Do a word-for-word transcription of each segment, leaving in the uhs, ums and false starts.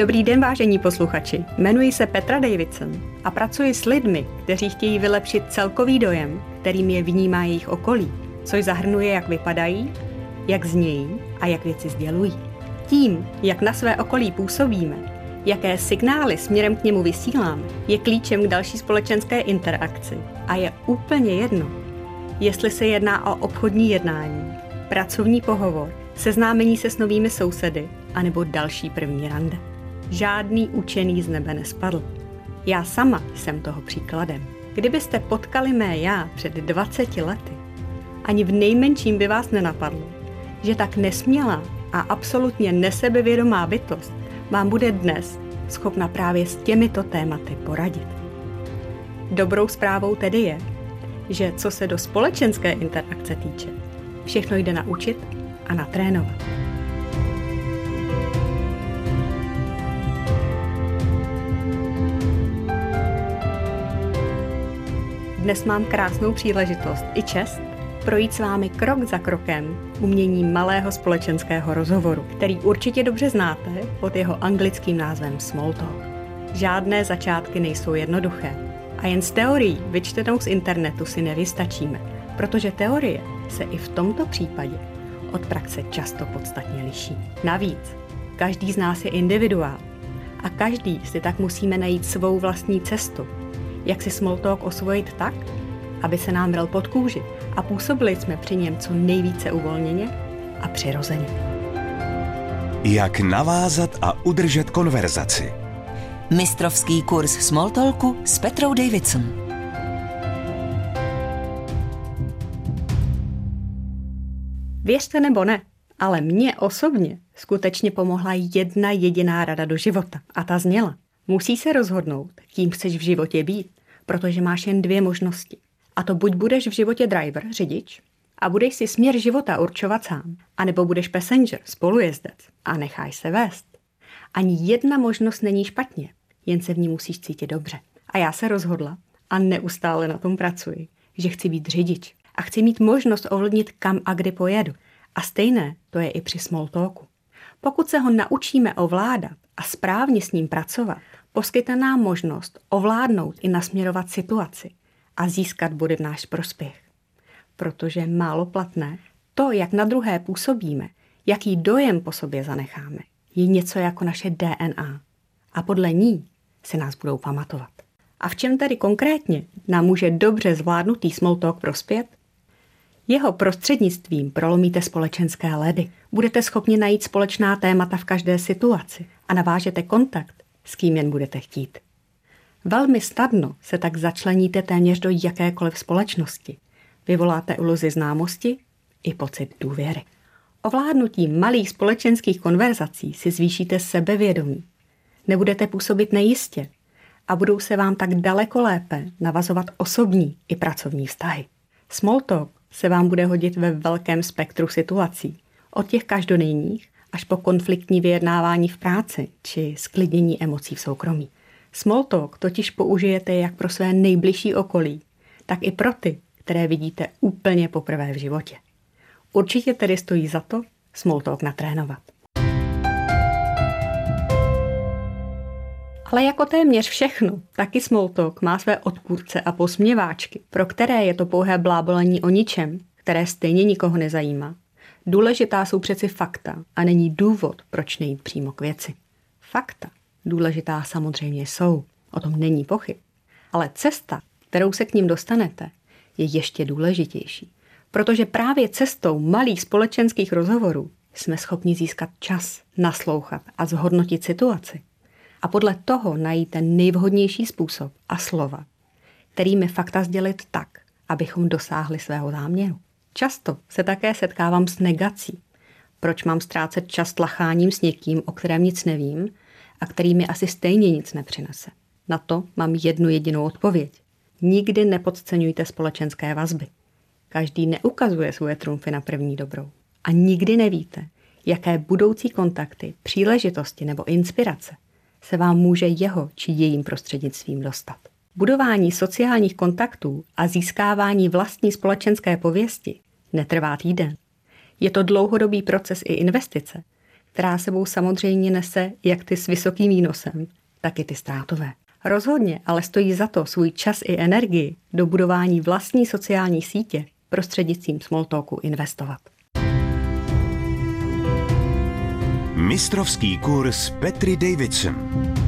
Dobrý den, vážení posluchači. Jmenuji se Petra Davidson a pracuji s lidmi, kteří chtějí vylepšit celkový dojem, kterým je vnímá jejich okolí, což zahrnuje, jak vypadají, jak znějí a jak věci sdělují. Tím, jak na své okolí působíme, jaké signály směrem k němu vysíláme, je klíčem k další společenské interakci a je úplně jedno, jestli se jedná o obchodní jednání, pracovní pohovor, seznámení se s novými sousedy anebo další první rande. Žádný učený z nebe nespadl. Já sama jsem toho příkladem. Kdybyste potkali mé já před dvaceti lety, ani v nejmenším by vás nenapadlo, že tak nesmělá a absolutně nesebevědomá bytost vám bude dnes schopna právě s těmito tématy poradit. Dobrou zprávou tedy je, že co se do společenské interakce týče, všechno jde naučit a natrénovat. Dnes mám krásnou příležitost i čest projít s vámi krok za krokem uměním malého společenského rozhovoru, který určitě dobře znáte pod jeho anglickým názvem small talk. Žádné začátky nejsou jednoduché a jen z teorií vyčtenou z internetu si nevystačíme, protože teorie se i v tomto případě od praxe často podstatně liší. Navíc, každý z nás je individuál a každý si tak musíme najít svou vlastní cestu, jak si small talk osvojit tak, aby se nám vrel pod kůži a působili jsme při něm co nejvíce uvolněně a přirozeně. Jak navázat a udržet konverzaci. Mistrovský kurz small talku s Petrou Davidson. Věřte nebo ne, ale mně osobně skutečně pomohla jedna jediná rada do života a ta zněla: musí se rozhodnout, kým chceš v životě být, protože máš jen dvě možnosti. A to buď budeš v životě driver, řidič, a budeš si směr života určovat sám, anebo budeš passenger, spolujezdec a necháš se vést. Ani jedna možnost není špatně, jen se v ní musíš cítit dobře. A já se rozhodla a neustále na tom pracuji, že chci být řidič a chci mít možnost ovlivnit, kam a kdy pojedu. A stejné to je i při small talku. Pokud se ho naučíme ovládat a správně s ním pracovat, poskytne nám možnost ovládnout i nasměrovat situaci a získat body v náš prospěch. Protože málo platné, to, jak na druhé působíme, jaký dojem po sobě zanecháme, je něco jako naše D N A. A podle ní si nás budou pamatovat. A v čem tedy konkrétně nám může dobře zvládnutý small talk prospět? Jeho prostřednictvím prolomíte společenské ledy, budete schopni najít společná témata v každé situaci a navážete kontakt, s kým jen budete chtít. Velmi snadno se tak začleníte téměř do jakékoliv společnosti. Vyvoláte iluzi známosti i pocit důvěry. Ovládnutím malých společenských konverzací si zvýšíte sebevědomí. Nebudete působit nejistě a budou se vám tak daleko lépe navazovat osobní i pracovní vztahy. Small talk se vám bude hodit ve velkém spektru situací, od těch každodenních až po konfliktní vyjednávání v práci či sklidnění emocí v soukromí. Small talk totiž použijete jak pro své nejbližší okolí, tak i pro ty, které vidíte úplně poprvé v životě. Určitě tedy stojí za to small talk natrénovat. Ale jako téměř všechno, taky small talk má své odpůrce a posměváčky, pro které je to pouhé blábolení o ničem, které stejně nikoho nezajímá. Důležitá jsou přeci fakta a není důvod, proč nejít přímo k věci. Fakta důležitá samozřejmě jsou, o tom není pochyb. Ale cesta, kterou se k ním dostanete, je ještě důležitější. Protože právě cestou malých společenských rozhovorů jsme schopni získat čas, naslouchat a zhodnotit situaci. A podle toho najít ten nejvhodnější způsob a slova, kterými fakta sdělit tak, abychom dosáhli svého záměru. Často se také setkávám s negací. Proč mám ztrácet čas tlacháním s někým, o kterém nic nevím a který mi asi stejně nic nepřinese? Na to mám jednu jedinou odpověď. Nikdy nepodceňujte společenské vazby. Každý neukazuje svoje trumfy na první dobrou. A nikdy nevíte, jaké budoucí kontakty, příležitosti nebo inspirace se vám může jeho či jejím prostřednictvím dostat. Budování sociálních kontaktů a získávání vlastní společenské pověsti netrvá týden. Je to dlouhodobý proces i investice, která sebou samozřejmě nese jak ty s vysokým výnosem, tak i ty ztrátové. Rozhodně ale stojí za to svůj čas i energii do budování vlastní sociální sítě prostřednictvím Smalltalku investovat. Mistrovský kurz Petry Davidson.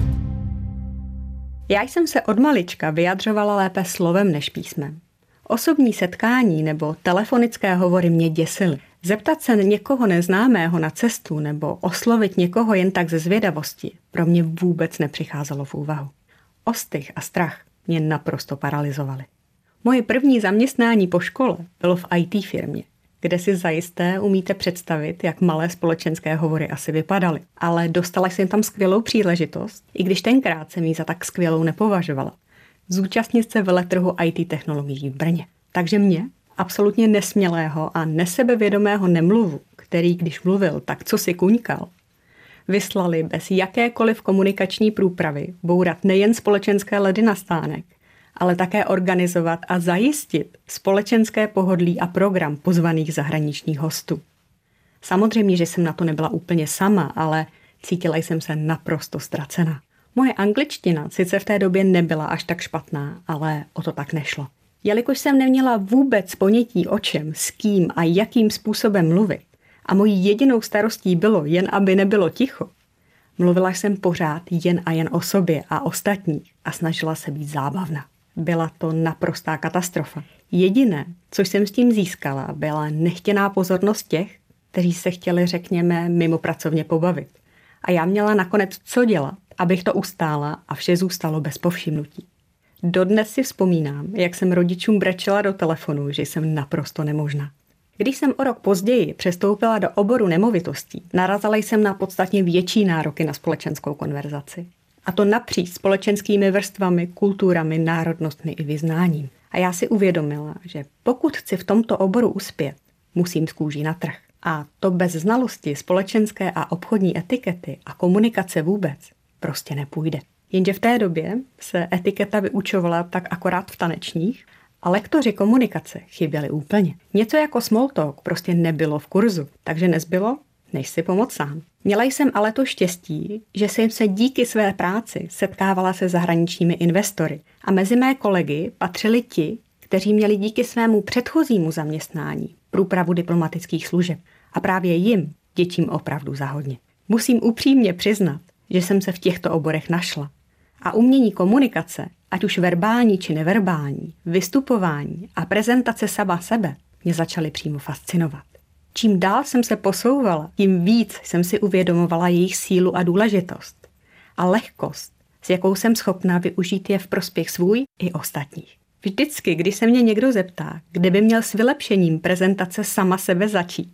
Já jsem se od malička vyjadřovala lépe slovem než písmem. Osobní setkání nebo telefonické hovory mě děsily. Zeptat se někoho neznámého na cestu nebo oslovit někoho jen tak ze zvědavosti pro mě vůbec nepřicházelo v úvahu. Ostych a strach mě naprosto paralyzovaly. Moje první zaměstnání po škole bylo v í té firmě, kde si zajisté umíte představit, jak malé společenské hovory asi vypadaly. Ale dostala jsem tam skvělou příležitost, i když tenkrát jsem ji za tak skvělou nepovažovala. Zúčastnit se veletrhu í té technologií v Brně. Takže mě, absolutně nesmělého a nesebevědomého nemluvu, který když mluvil, tak co si kuňkal, vyslali bez jakékoliv komunikační průpravy bourat nejen společenské ledy na stánek, ale také organizovat a zajistit společenské pohodlí a program pozvaných zahraničních hostů. Samozřejmě, že jsem na to nebyla úplně sama, ale cítila jsem se naprosto ztracena. Moje angličtina sice v té době nebyla až tak špatná, ale o to tak nešlo. Jelikož jsem neměla vůbec ponětí o čem, s kým a jakým způsobem mluvit a mojí jedinou starostí bylo jen, aby nebylo ticho, mluvila jsem pořád jen a jen o sobě a ostatních a snažila se být zábavná. Byla to naprostá katastrofa. Jediné, co jsem s tím získala, byla nechtěná pozornost těch, kteří se chtěli, řekněme, mimo pracovně pobavit. A já měla nakonec co dělat, abych to ustála a vše zůstalo bez povšimnutí. Dodnes si vzpomínám, jak jsem rodičům brečela do telefonu, že jsem naprosto nemožná. Když jsem o rok později přestoupila do oboru nemovitostí, narazila jsem na podstatně větší nároky na společenskou konverzaci. A to napříč společenskými vrstvami, kulturami, národnostmi i vyznáním. A já si uvědomila, že pokud chci v tomto oboru uspět, musím z kůží na trh. A to bez znalosti společenské a obchodní etikety a komunikace vůbec prostě nepůjde. Jenže v té době se etiketa vyučovala tak akorát v tanečních a lektoři komunikace chyběli úplně. Něco jako smalltalk prostě nebylo v kurzu, takže nezbylo, než si pomoct sám. Měla jsem ale to štěstí, že jsem se díky své práci setkávala se zahraničními investory a mezi mé kolegy patřili ti, kteří měli díky svému předchozímu zaměstnání průpravu diplomatických služeb a právě jim děčím opravdu za hodně. Musím upřímně přiznat, že jsem se v těchto oborech našla. A umění komunikace, ať už verbální či neverbální, vystupování a prezentace sama sebe mě začaly přímo fascinovat. Čím dál jsem se posouvala, tím víc jsem si uvědomovala jejich sílu a důležitost. A lehkost, s jakou jsem schopná využít je v prospěch svůj i ostatních. Vždycky, když se mě někdo zeptá, kde by měl s vylepšením prezentace sama sebe začít,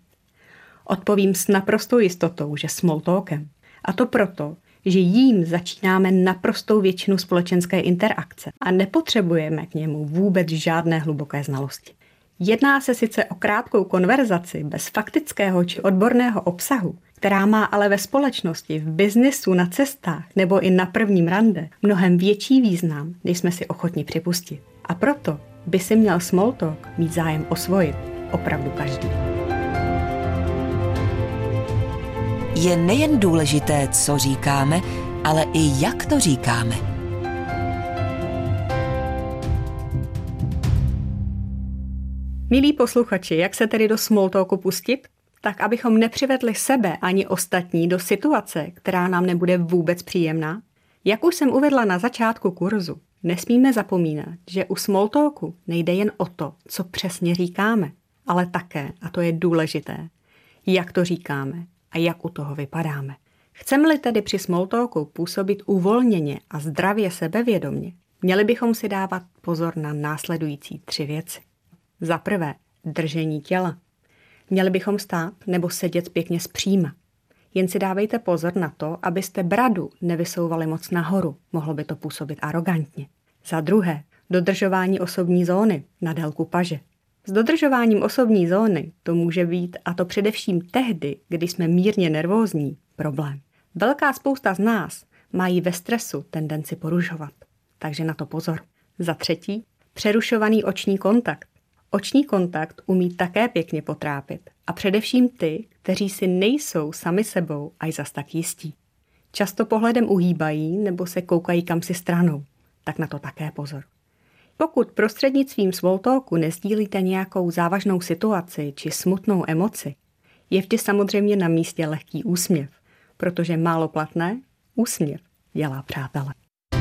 odpovím s naprostou jistotou, že smalltalkem. A to proto, že jím začínáme naprostou většinu společenské interakce a nepotřebujeme k němu vůbec žádné hluboké znalosti. Jedná se sice o krátkou konverzaci bez faktického či odborného obsahu, která má ale ve společnosti, v biznesu, na cestách nebo i na prvním rande mnohem větší význam, než jsme si ochotni připustit. A proto by si měl smalltalk mít zájem osvojit opravdu každý. Je nejen důležité, co říkáme, ale i jak to říkáme. Milí posluchači, jak se tedy do smalltalku pustit? Tak, abychom nepřivedli sebe ani ostatní do situace, která nám nebude vůbec příjemná. Jak už jsem uvedla na začátku kurzu, nesmíme zapomínat, že u smalltalku nejde jen o to, co přesně říkáme, ale také, a to je důležité, jak to říkáme a jak u toho vypadáme. Chceme-li tedy při smalltalku působit uvolněně a zdravě sebevědomě, měli bychom si dávat pozor na následující tři věci. Za prvé, držení těla. Měli bychom stát nebo sedět pěkně zpříma. Jen si dávejte pozor na to, abyste bradu nevysouvali moc nahoru, mohlo by to působit arogantně. Za druhé, dodržování osobní zóny na délku paže. S dodržováním osobní zóny to může být, a to především tehdy, kdy jsme mírně nervózní, problém. Velká spousta z nás mají ve stresu tendenci porušovat, takže na to pozor. Za třetí, přerušovaný oční kontakt. Oční kontakt umí také pěkně potrápit a především ty, kteří si nejsou sami sebou až zas tak jistí. Často pohledem uhýbají nebo se koukají kamsi stranou, tak na to také pozor. Pokud prostřednictvím small talku nesdílíte nějakou závažnou situaci či smutnou emoci, je vždy samozřejmě na místě lehký úsměv, protože málo platné úsměv dělá přátele.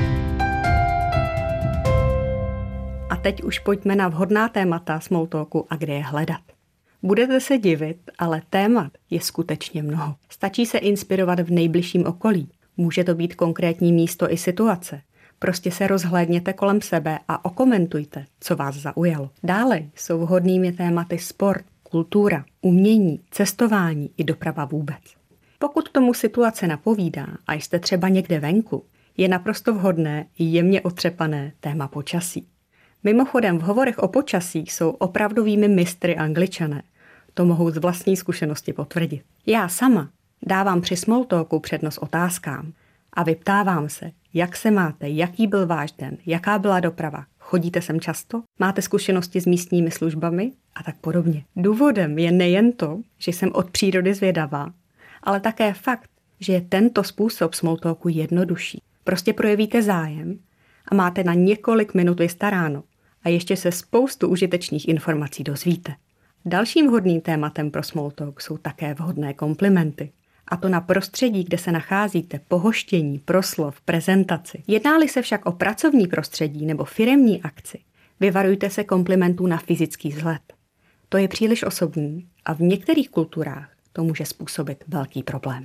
A teď už pojďme na vhodná témata small talku a kde je hledat. Budete se divit, ale témat je skutečně mnoho. Stačí se inspirovat v nejbližším okolí. Může to být konkrétní místo i situace. Prostě se rozhlédněte kolem sebe a okomentujte, co vás zaujalo. Dále jsou vhodnými tématy sport, kultura, umění, cestování i doprava vůbec. Pokud tomu situace napovídá a jste třeba někde venku, je naprosto vhodné i jemně otřepané téma počasí. Mimochodem v hovorech o počasí jsou opravdovými mistry Angličané. To mohou z vlastní zkušenosti potvrdit. Já sama dávám při small talku přednost otázkám a vyptávám se, jak se máte, jaký byl váš den, jaká byla doprava, chodíte sem často, máte zkušenosti s místními službami a tak podobně. Důvodem je nejen to, že jsem od přírody zvědavá, ale také fakt, že je tento způsob small talku jednodušší. Prostě projevíte zájem a máte na několik minut vystaráno a ještě se spoustu užitečných informací dozvíte. Dalším vhodným tématem pro small talk jsou také vhodné komplimenty. A to na prostředí, kde se nacházíte, pohoštění, proslov, prezentaci. Jedná-li se však o pracovní prostředí nebo firemní akci, vyvarujte se komplimentů na fyzický vzhled. To je příliš osobní a v některých kulturách to může způsobit velký problém.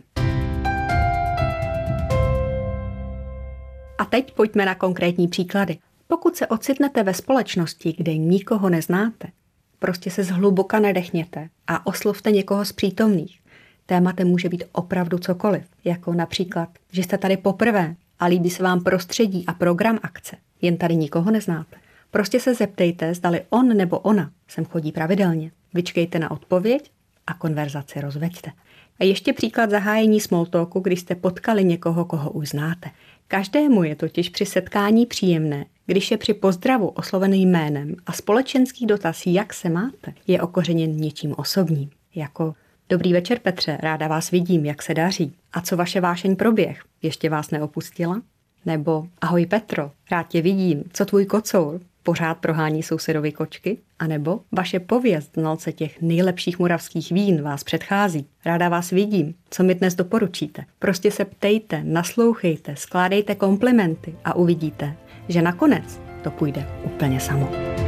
A teď pojďme na konkrétní příklady. Pokud se ocitnete ve společnosti, kde nikoho neznáte, prostě se zhluboka nadechněte a oslovte někoho z přítomných. Tématem může být opravdu cokoliv, jako například, že jste tady poprvé a líbí se vám prostředí a program akce, jen tady nikoho neznáte. Prostě se zeptejte, zdali on nebo ona sem chodí pravidelně. Vyčkejte na odpověď a konverzaci rozveďte. A ještě příklad zahájení small talku, když jste potkali někoho, koho už znáte. Každému je totiž při setkání příjemné, když je při pozdravu oslovený jménem a společenský dotaz, jak se máte, je okořeněn něčím osobním, jako dobrý večer Petře, ráda vás vidím, jak se daří. A co vaše vášeň proběh? Ještě vás neopustila? Nebo ahoj Petro, rád tě vidím, co tvůj kocour? Pořád prohání sousedovi kočky? A nebo vaše pověst znalce těch nejlepších moravských vín vás předchází. Ráda vás vidím, co mi dnes doporučíte? Prostě se ptejte, naslouchejte, skládejte komplimenty a uvidíte, že nakonec to půjde úplně samo.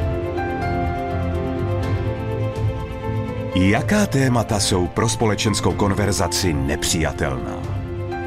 Jaká témata jsou pro společenskou konverzaci nepřijatelná?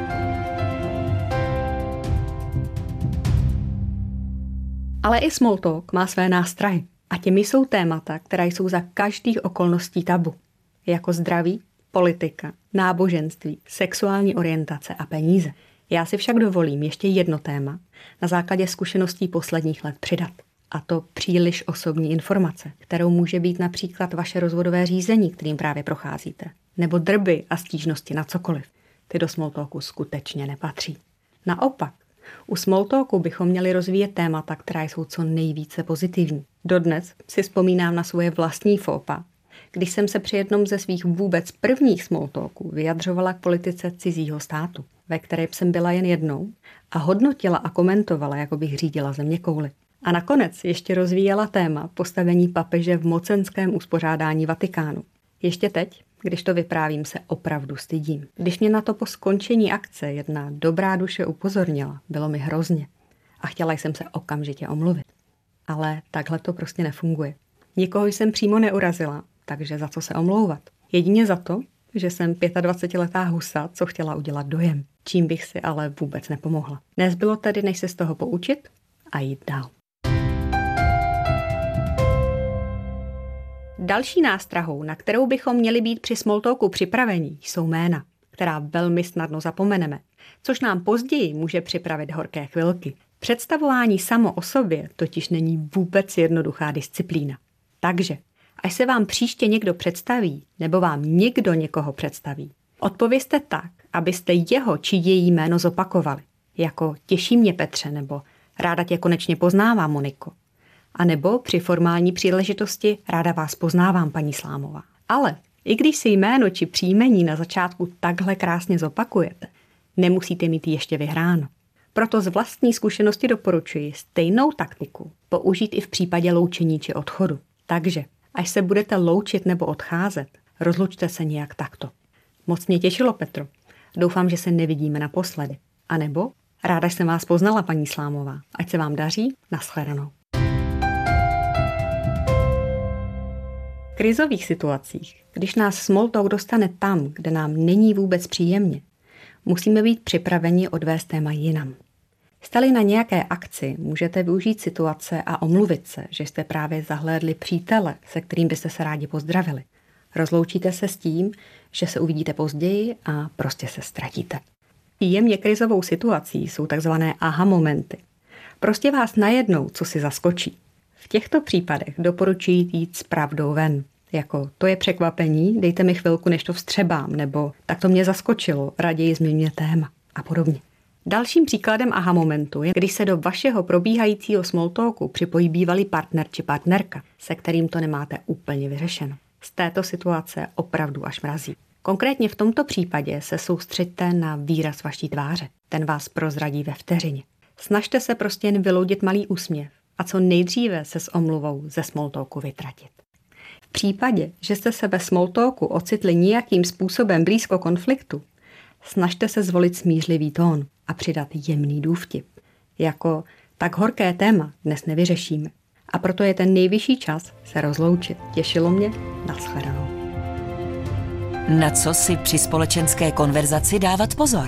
Ale i small talk má své nástrahy. A těmi jsou témata, která jsou za každých okolností tabu. Jako zdraví, politika, náboženství, sexuální orientace a peníze. Já si však dovolím ještě jedno téma na základě zkušeností posledních let přidat. A to příliš osobní informace, kterou může být například vaše rozvodové řízení, kterým právě procházíte. Nebo drby a stížnosti na cokoliv. Ty do small talku skutečně nepatří. Naopak, u small talku bychom měli rozvíjet témata, která jsou co nejvíce pozitivní. Dodnes si vzpomínám na svoje vlastní fópa, když jsem se při jednom ze svých vůbec prvních small talků vyjadřovala k politice cizího státu, ve které jsem byla jen jednou a hodnotila a komentovala, jako bych řídila zeměkouli. A nakonec ještě rozvíjela téma postavení papeže v mocenském uspořádání Vatikánu. Ještě teď, když to vyprávím, se opravdu stydím. Když mě na to po skončení akce jedna dobrá duše upozornila, bylo mi hrozně a chtěla jsem se okamžitě omluvit. Ale takhle to prostě nefunguje. Nikoho jsem přímo neurazila, takže za co se omlouvat? Jedině za to, že jsem dvacetiletá husa, co chtěla udělat dojem. Čím bych si ale vůbec nepomohla. Nezbylo tedy, než se z toho poučit a jít dál. Další nástrahou, na kterou bychom měli být při small talku připraveni, jsou jména, která velmi snadno zapomeneme, což nám později může připravit horké chvilky. Představování samo o sobě totiž není vůbec jednoduchá disciplína. Takže, až se vám příště někdo představí, nebo vám někdo někoho představí, odpovězte tak, abyste jeho či její jméno zopakovali, jako těší mě Petře, nebo ráda tě konečně poznávám, Moniko. A nebo při formální příležitosti ráda vás poznávám, paní Slámová. Ale I když si jméno či příjmení na začátku takhle krásně zopakujete, nemusíte mít ještě vyhráno. Proto z vlastní zkušenosti doporučuji stejnou taktiku použít i v případě loučení či odchodu. Takže, až se budete loučit nebo odcházet, rozlučte se nějak takto. Moc mě těšilo, Petro. Doufám, že se nevidíme naposledy. A nebo ráda jsem vás poznala, paní Slámová. Ať se vám daří, nashledanou. V krizových situacích, když nás small talk dostane tam, kde nám není vůbec příjemně, musíme být připraveni odvést téma jinam. Jste-li na nějaké akci, můžete využít situace a omluvit se, že jste právě zahlédli přítele, se kterým byste se rádi pozdravili. Rozloučíte se s tím, že se uvidíte později a prostě se ztratíte. Jemně krizovou situací jsou takzvané aha momenty. Prostě vás najednou co si zaskočí. V těchto případech doporučuji jít s pravdou ven. Jako to je překvapení, dejte mi chvilku, než to vstřebám, nebo tak to mě zaskočilo, raději změňte téma a podobně. Dalším příkladem aha momentu je, když se do vašeho probíhajícího small talku připojí bývalý partner či partnerka, se kterým to nemáte úplně vyřešeno. Z této situace opravdu až mrazí. Konkrétně v tomto případě se soustřeďte na výraz vaší tváře. Ten vás prozradí ve vteřině. Snažte se prostě jen vyloudit malý úsměv a co nejdříve se s omluvou ze small talku vytratit. V případě, že jste se ve small talku ocitli nějakým způsobem blízko konfliktu, snažte se zvolit smířlivý tón a přidat jemný důvtip. Jako tak horké téma dnes nevyřešíme. A proto je ten nejvyšší čas se rozloučit. Těšilo mě, nashledanou. Na co si při společenské konverzaci dávat pozor?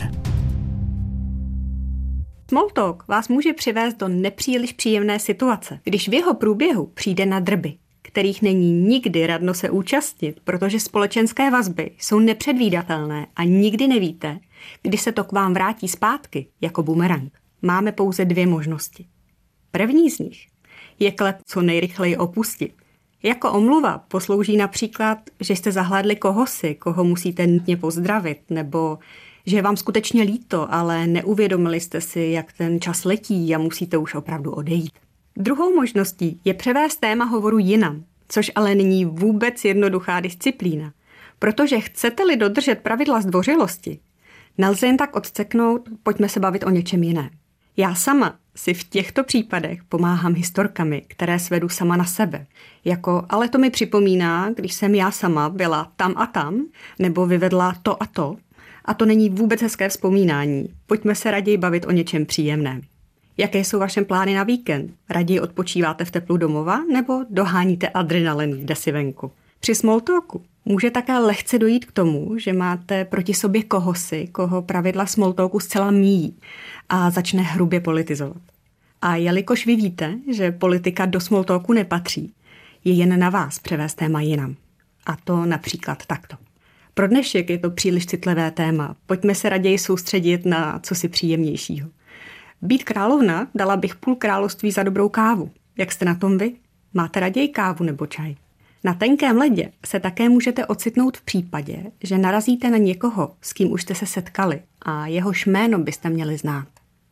Small talk vás může přivést do nepříliš příjemné situace, když v jeho průběhu přijde na drby, kterých není nikdy radno se účastnit, protože společenské vazby jsou nepředvídatelné a nikdy nevíte, kdy se to k vám vrátí zpátky jako bumerang. Máme pouze dvě možnosti. První z nich je klep co nejrychleji opustit. Jako omluva poslouží například, že jste zahlédli kohosi, koho musíte nutně pozdravit, nebo že je vám skutečně líto, ale neuvědomili jste si, jak ten čas letí a musíte už opravdu odejít. Druhou možností je převést téma hovoru jinam, což ale není vůbec jednoduchá disciplína, protože chcete-li dodržet pravidla zdvořilosti, nelze jen tak odceknout, pojďme se bavit o něčem jiném. Já sama si v těchto případech pomáhám historkami, které svedu sama na sebe. Jako, ale to mi připomíná, když jsem já sama byla tam a tam, nebo vyvedla to a to, a to není vůbec hezké vzpomínání. Pojďme se raději bavit o něčem příjemném. Jaké jsou vaše plány na víkend? Raději odpočíváte v teplu domova, nebo doháníte adrenalin, jde si venku? Při small talku může také lehce dojít k tomu, že máte proti sobě kohosi, koho pravidla small talku zcela míjí a začne hrubě politizovat. A jelikož vy víte, že politika do small talku nepatří, je jen na vás převést téma jinam. A to například takto. Pro dnešek je to příliš citlivé téma. Pojďme se raději soustředit na cosi příjemnějšího. Být královna, dala bych půl království za dobrou kávu. Jak jste na tom vy? Máte raději kávu nebo čaj? Na tenkém ledě se také můžete ocitnout v případě, že narazíte na někoho, s kým už jste se setkali a jehož jméno byste měli znát.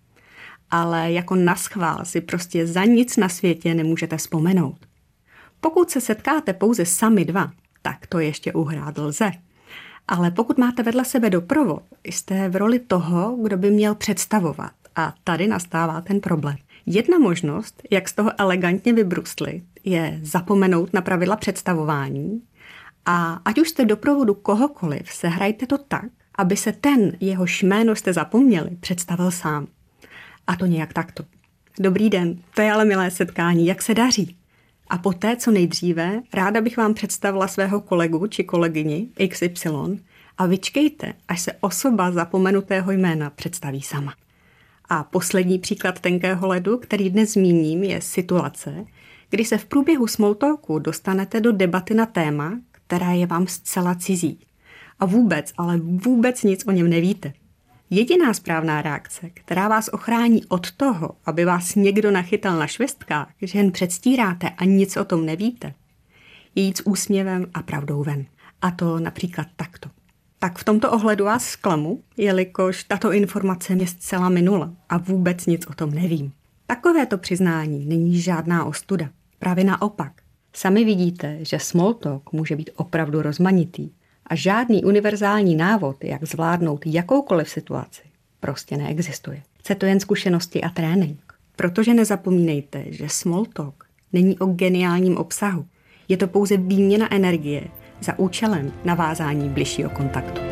Ale jako naschvál si prostě za nic na světě nemůžete vzpomenout. Pokud se setkáte pouze sami dva, tak to ještě uhrát lze. Ale pokud máte vedle sebe doprovod, jste v roli toho, kdo by měl představovat. A tady nastává ten problém. Jedna možnost, jak z toho elegantně vybruslit, je zapomenout na pravidla představování a ať už jste doprovodu kohokoliv, sehrajte to tak, aby se ten, jehož jméno jste zapomněli, představil sám. A to nějak takto. Dobrý den, to je ale milé setkání, jak se daří? A poté, co nejdříve, ráda bych vám představila svého kolegu či kolegyni iks ypsilon a vyčkejte, až se osoba zapomenutého jména představí sama. A poslední příklad tenkého ledu, který dnes zmíním, je situace, kdy se v průběhu small talku dostanete do debaty na téma, které je vám zcela cizí. A vůbec, ale vůbec nic o něm nevíte. Jediná správná reakce, která vás ochrání od toho, aby vás někdo nachytal na švestkách, že jen předstíráte a nic o tom nevíte, je jít s úsměvem a pravdou ven. A to například takto. Tak v tomto ohledu vás zklamu, jelikož tato informace mě zcela minula a vůbec nic o tom nevím. Takovéto přiznání není žádná ostuda. Právě naopak. Sami vidíte, že small talk může být opravdu rozmanitý a žádný univerzální návod, jak zvládnout jakoukoliv situaci, prostě neexistuje. Chce to jen zkušenosti a trénink. Protože nezapomínejte, že small talk není o geniálním obsahu. Je to pouze výměna energie za účelem navázání bližšího kontaktu.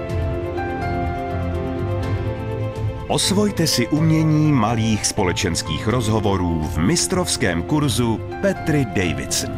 Osvojte si umění malých společenských rozhovorů v mistrovském kurzu Petry Davidson.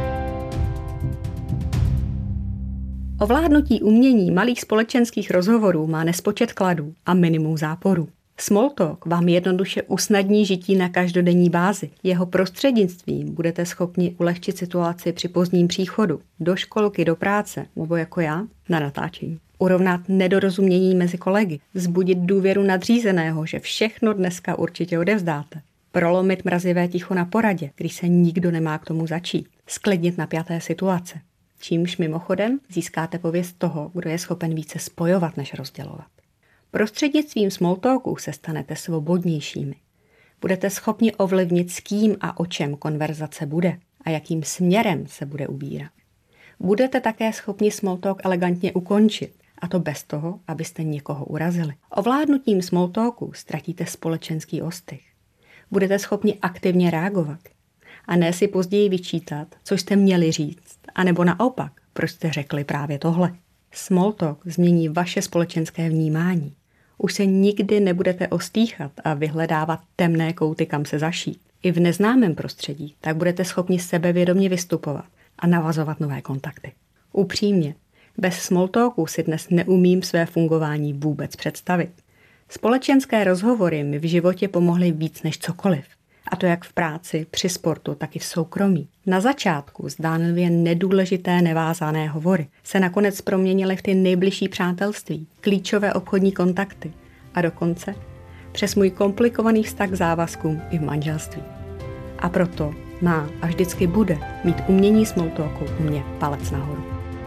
Ovládnutí umění malých společenských rozhovorů má nespočet kladů a minimum záporů. Small talk vám jednoduše usnadní žití na každodenní bázi. Jeho prostřednictvím budete schopni ulehčit situaci při pozdním příchodu, do školky, do práce, nebo jako já, na natáčení. Urovnat nedorozumění mezi kolegy, vzbudit důvěru nadřízeného, že všechno dneska určitě odevzdáte. Prolomit mrazivé ticho na poradě, když se nikdo nemá k tomu začít. Sklidnit napjaté situace. Čímž mimochodem získáte pověst toho, kdo je schopen více spojovat než rozdělovat. Prostřednictvím small talku se stanete svobodnějšími. Budete schopni ovlivnit, s kým a o čem konverzace bude a jakým směrem se bude ubírat. Budete také schopni small talk elegantně ukončit, a to bez toho, abyste někoho urazili. Ovládnutím small talku ztratíte společenský ostych. Budete schopni aktivně reagovat a ne si později vyčítat, co jste měli říct, anebo naopak, proč jste řekli právě tohle. Small talk změní vaše společenské vnímání. Už se nikdy nebudete ostýchat a vyhledávat temné kouty, kam se zašít. I v neznámém prostředí tak budete schopni sebevědomě vystupovat a navazovat nové kontakty. Upřímně, bez small talku si dnes neumím své fungování vůbec představit. Společenské rozhovory mi v životě pomohly víc než cokoliv. A to jak v práci, při sportu, tak i v soukromí. Na začátku zdánlivě nedůležité nevázané hovory se nakonec proměnily v ty nejbližší přátelství, klíčové obchodní kontakty a dokonce přes můj komplikovaný vztah k závazkům i v manželství. A proto má a vždycky bude mít umění small talku u mě palec nahoru.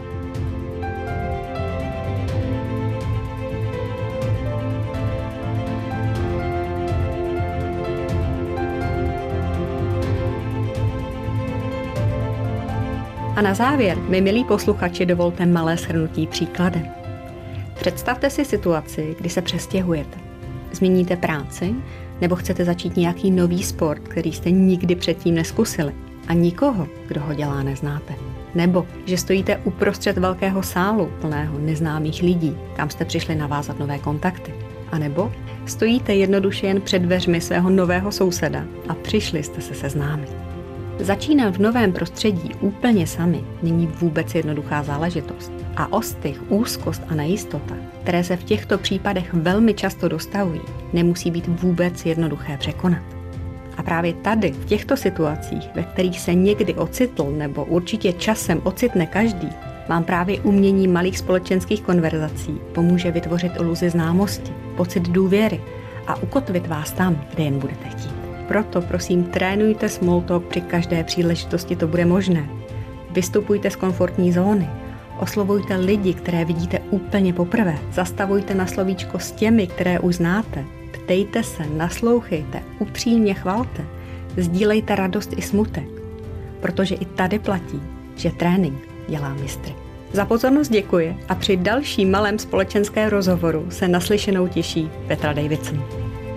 A na závěr, mi milí posluchači, dovolte malé shrnutí příkladem. Představte si situaci, kdy se přestěhujete. Změníte práci nebo chcete začít nějaký nový sport, který jste nikdy předtím neskusili a nikoho, kdo ho dělá, neznáte. Nebo že stojíte uprostřed velkého sálu plného neznámých lidí, kam jste přišli navázat nové kontakty. A nebo stojíte jednoduše jen před dveřmi svého nového souseda a přišli jste se seznámit. Začínat v novém prostředí úplně sami není vůbec jednoduchá záležitost. A ostych, úzkost a nejistota, které se v těchto případech velmi často dostavují, nemusí být vůbec jednoduché překonat. A právě tady, v těchto situacích, ve kterých se někdy ocitl nebo určitě časem ocitne každý, vám právě umění malých společenských konverzací pomůže vytvořit iluzi známosti, pocit důvěry a ukotvit vás tam, kde jen budete chtít. Proto prosím trénujte small talk při každé příležitosti, to bude možné. Vystupujte z komfortní zóny. Oslovujte lidi, které vidíte úplně poprvé. Zastavujte na slovíčko s těmi, které už znáte. Ptejte se, naslouchejte, upřímně chvalte. Sdílejte radost i smutek. Protože i tady platí, že trénink dělá mistry. Za pozornost děkuji a při dalším malém společenském rozhovoru se naslyšenou těší Petra Davidson.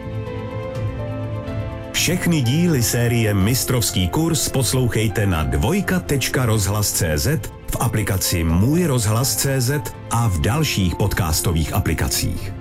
Všechny díly série Mistrovský kurz poslouchejte na dvojka tečka rozhlas tečka cé zet, v aplikaci Můj rozhlas tečka cé zet a v dalších podcastových aplikacích.